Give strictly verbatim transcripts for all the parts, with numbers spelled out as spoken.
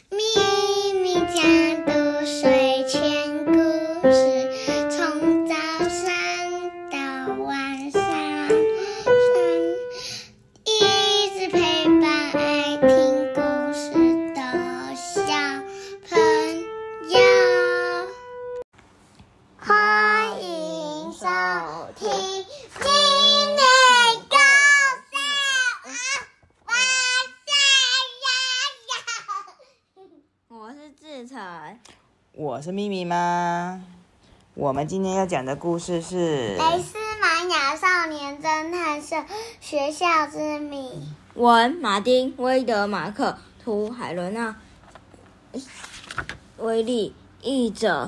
咪咪家的睡前故事，从早上到晚上，一直陪伴爱听故事的小朋友。欢迎收听今天故事我我是志成， 我是咪咪妈。我们今天要讲的故事是雷斯玛雅少年侦探社学校之谜。 文马丁·威德马克，图海伦娜·威利，译者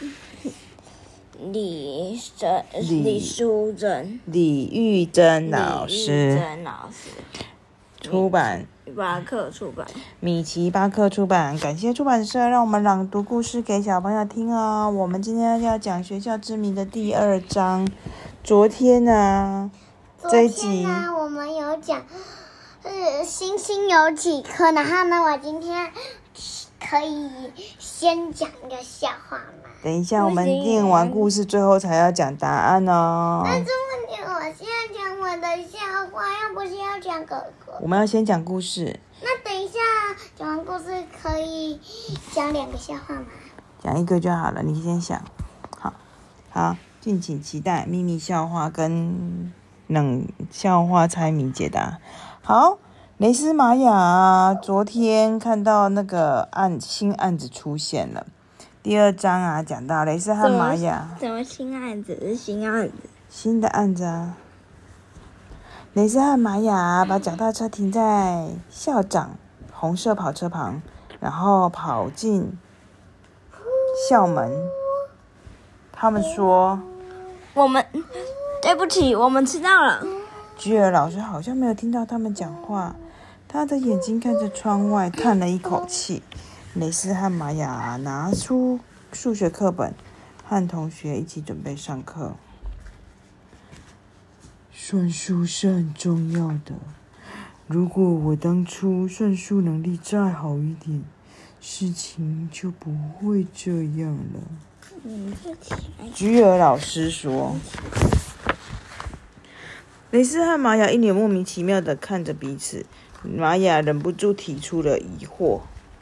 李珍李李淑珍李玉珍老李玉师， 珍老师， 出版巴克出版。 米奇巴克出版，感谢出版社让我们朗读故事给小朋友听哦。我们今天要讲学校之谜的第二章。昨天呢， 昨这一集天呢，我们有讲，是星星有几颗，然后呢，我今天可以先讲一个笑话吗？ 等一下我们念完故事，最后才要讲答案哦。 但是问题，我现在讲我的笑话，又不是要讲哥哥。 我们要先讲故事， 那等一下讲完故事可以讲两个笑话吗？ 讲一个就好了，你先想。好，好，敬请期待秘密笑话跟冷笑话猜谜解答。好，雷斯玛雅昨天看到那个案新案子出现了。第二章啊，讲到雷斯和玛雅什么新案子？是新案子。 新的案子啊。雷斯和玛雅把脚踏车停在校长红色跑车旁，然后跑进校门。他们说：“ 我们对不起，我们迟到了。” 居尔老师好像没有听到他们讲话，他的眼睛看着窗外，叹了一口气。雷斯和玛雅拿出数学课本，和同学一起准备上课。算术是很重要的，如果我当初算术能力再好一点，事情就不会这样了。 嗯， 居尔老师说。雷斯和玛雅一脸莫名其妙地看着彼此，玛雅忍不住提出了疑惑。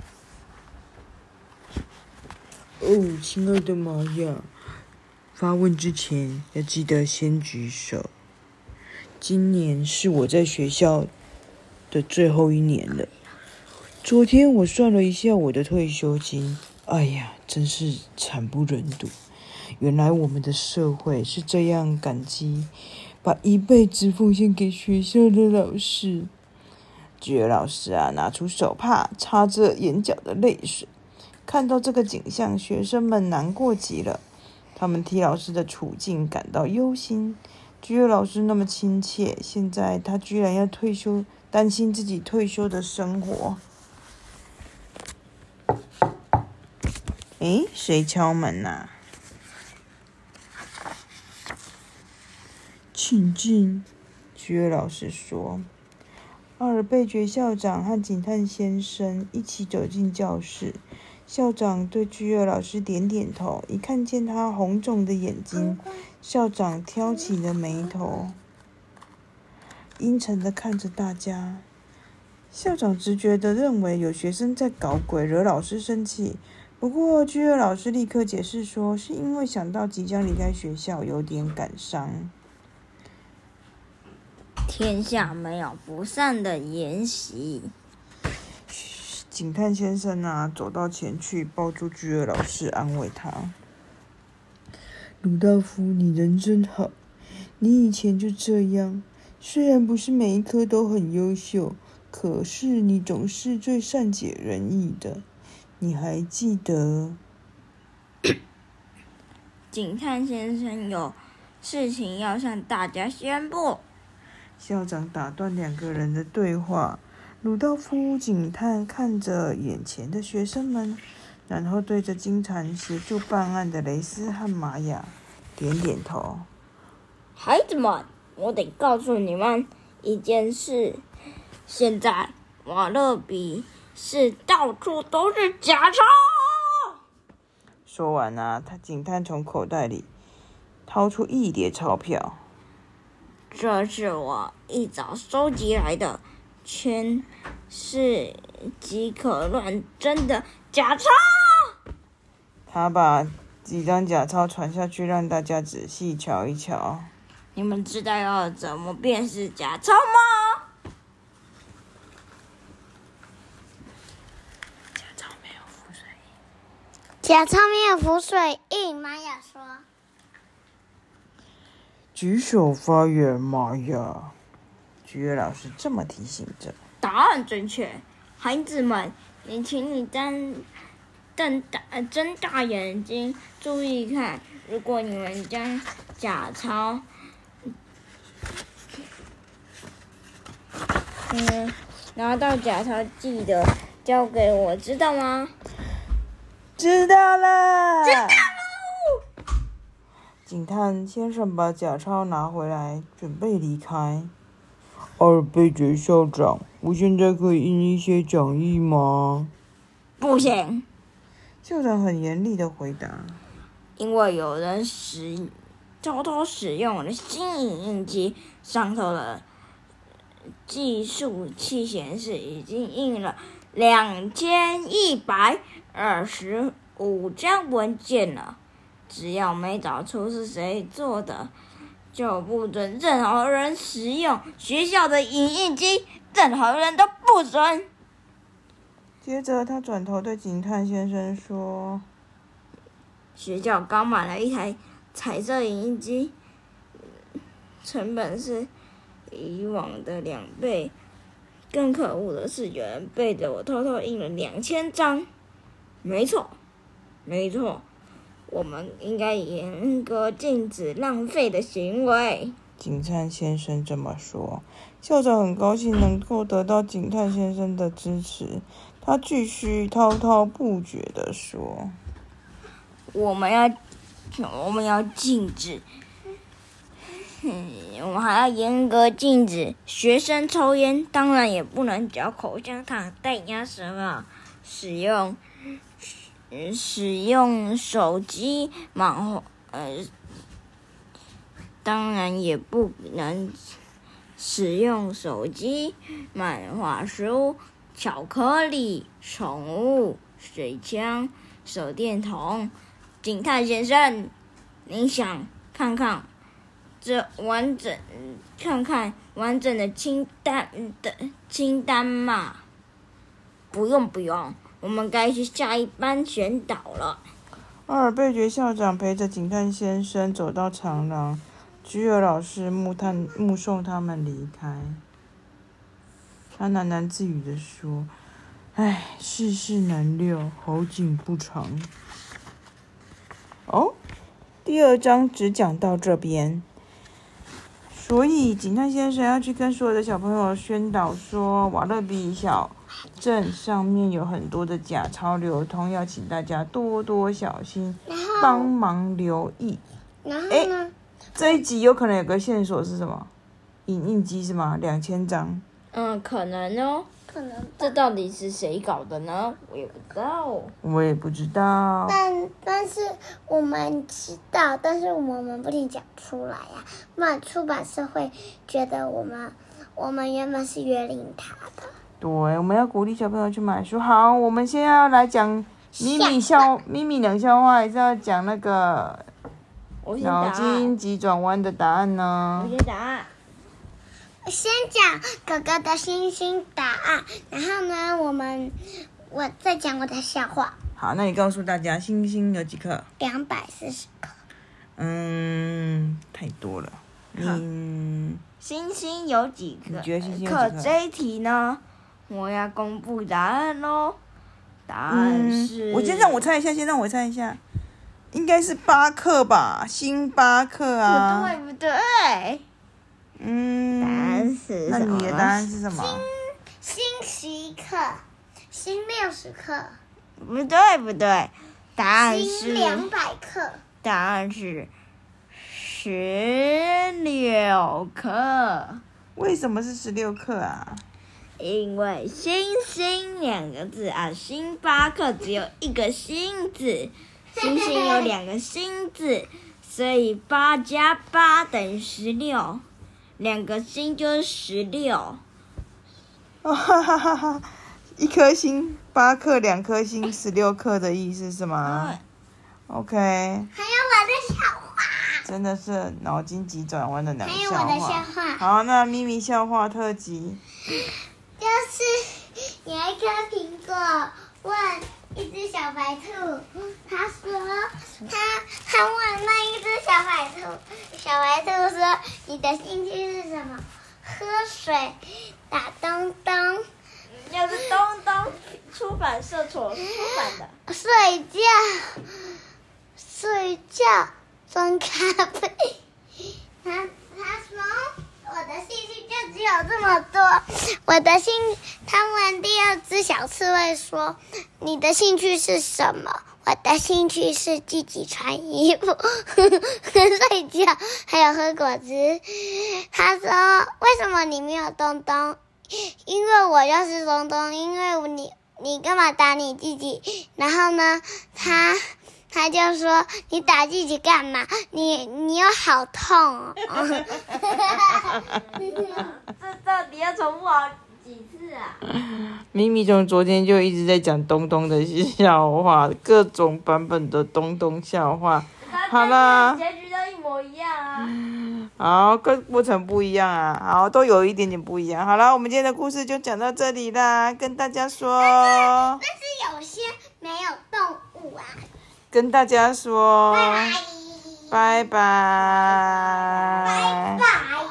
哦，亲爱的玛雅，发问之前要记得先举手。今年是我在学校的最后一年了。昨天我算了一下我的退休金，哎呀，真是惨不忍睹。原来我们的社会是这样感激把一辈子奉献给学校的老师。居尔老师啊，拿出手帕擦着眼角的泪水。看到这个景象，学生们难过极了，他们替老师的处境感到忧心。居尔老师那么亲切，现在他居然要退休，担心自己退休的生活。诶，谁敲门啊？请进，居尔老师说。阿尔贝爵校长和警探先生一起走进教室。校长对居尔老师点点头，一看见他红肿的眼睛，校长挑起了眉头，阴沉地看着大家。校长直觉地认为有学生在搞鬼，惹老师生气。不过居尔老师立刻解释说，是因为想到即将离开学校，有点感伤。 天下没有不散的筵席。 警探先生啊，走到前去抱住居尔老师，安慰他：“鲁道夫，你人真好，你以前就这样。虽然不是每一科都很优秀，可是你总是最善解人意的。你还记得？” 警探先生有事情要向大家宣布。 校长打断两个人的对话。鲁道夫警探看着眼前的学生们，然后对着经常协助办案的雷斯和玛雅点点头。 孩子们，我得告诉你们一件事，现在瓦勒比是到处都是假钞。 说完啊，他警探从口袋里掏出一叠钞票。 这是我一早收集来的，全是即可乱真的假钞。 他把几张假钞传下去，让大家仔细瞧一瞧。 你们知道要怎么辨识假钞吗？ 假钞没有浮水印。 假钞没有浮水印，玛雅说。 举手发言，玛雅。菊儿老师这么提醒着。 答案正确，孩子们，你请你瞪瞪大睁大眼睛，注意看。如果你们将假钞，嗯，拿到假钞，记得交给我，知道吗？ 知道了。 知道喽。 警探先生把假钞拿回来，准备离开。阿尔贝爵校长，我现在可以印一些讲义吗？ 不行。 校长很严厉的回答。 因为有人使偷偷使用了新影印机，上头的计数器显示已经印了两千一百二十五张文件了。只要没找出是谁做的，就不准任何人使用学校的影印机，任何人都不准。 接着，他转头对警探先生说：“ 学校刚买了一台彩色影印机，成本是以往的两倍。更可恶的是，有人背着我偷偷印了两千张。没错，没错，我们应该严格禁止浪费的行为。” 警探先生这么说。校长很高兴能够得到警探先生的支持，他继续滔滔不绝地说：“ 我们要，我们要禁止，嗯，我们还要严格禁止学生抽烟，当然也不能嚼口香糖、戴鸭舌帽，使用，嗯，使用手机漫画，呃，当然也不能使用手机、漫画书、巧克力、宠物、水枪、手电筒。警探先生，您想看看这完整看看完整的清单的清单吗？不用不用，我们该去下一班宣导了。 阿尔贝爵校长陪着警探先生走到长廊，菊儿老师目探目送他们离开。他喃喃自语地说：“唉，世事难料，好景不长。”哦，第二章只讲到这边。所以警探先生要去跟所有的小朋友宣导说，瓦勒比小镇上面有很多的假钞流通，要请大家多多小心，帮忙留意。 然后呢？ 这一集有可能有个线索是什么？影印机是吗？两千张。 嗯，可能哦。 可能吧。 这到底是谁搞的呢？我也不知道。 我也不知道。 但但是我们知道，但是我们不能讲出来呀、啊，不然出版社会觉得我们我们原本是约令他的。 对，我们要鼓励小朋友去买书。好，我们现在要来讲咪咪笑咪咪冷笑话，还是要讲那个脑筋急转弯的答案呢？ 我先答案。 先讲哥哥的星星答案，然后呢，我们我再讲我的笑话。 好，那你告诉大家，星星有几颗？ 两百四十颗。 嗯，太多了。嗯， 星星有几颗？ 你觉得星星有几颗？ 这一题呢，我要公布答案喽。答案是…… 嗯、我先让我猜一下，先让我猜一下，应该是八克吧，星巴克啊。 不对，不对。 嗯， 答案是什么？ 那你的答案是什么？ 星十一克，星六十克。 不对，不对，答案是两百克。 答案是十六克。 为什么是十六克啊？ 因为星星两个字啊，星巴克只有一个星字，星星有两个星字，所以八加八等于十六，两个星就是十六。 哦哈哈哈哈！一颗星八克，两颗星十六克的意思是吗、嗯、？OK。还有我的笑话。 真的是脑筋急转弯的两个笑话。还有我的笑话。 好，那咪咪笑话特辑。 就是有一颗苹果问一只小白兔，他说他他问那一只小白兔，小白兔说你的兴趣是什么？喝水，打东东。 要是东东出版社所出版的。 睡觉，睡觉，装咖啡。他他说。我的兴趣就只有这么多。我的兴，他问第二只小刺猬说：“你的兴趣是什么？”我的兴趣是自己穿衣服、睡觉，还有喝果汁。他说：“为什么你没有东东？”因为我就是东东，因为你你干嘛打你自己？然后呢，他。他就说：“你打自己干嘛？你你又好痛哦！” 这到底要重复好几次啊？ 咪咪从昨天就一直在讲东东的笑话，各种版本的东东笑话。好啦， 结局都一模一样啊。 好，各过程不一样啊，好，都有一点点不一样。好了，我们今天的故事就讲到这里啦，跟大家说。 但是，但是有些没有动物啊。 跟大家说， 拜拜， 拜拜， 拜拜。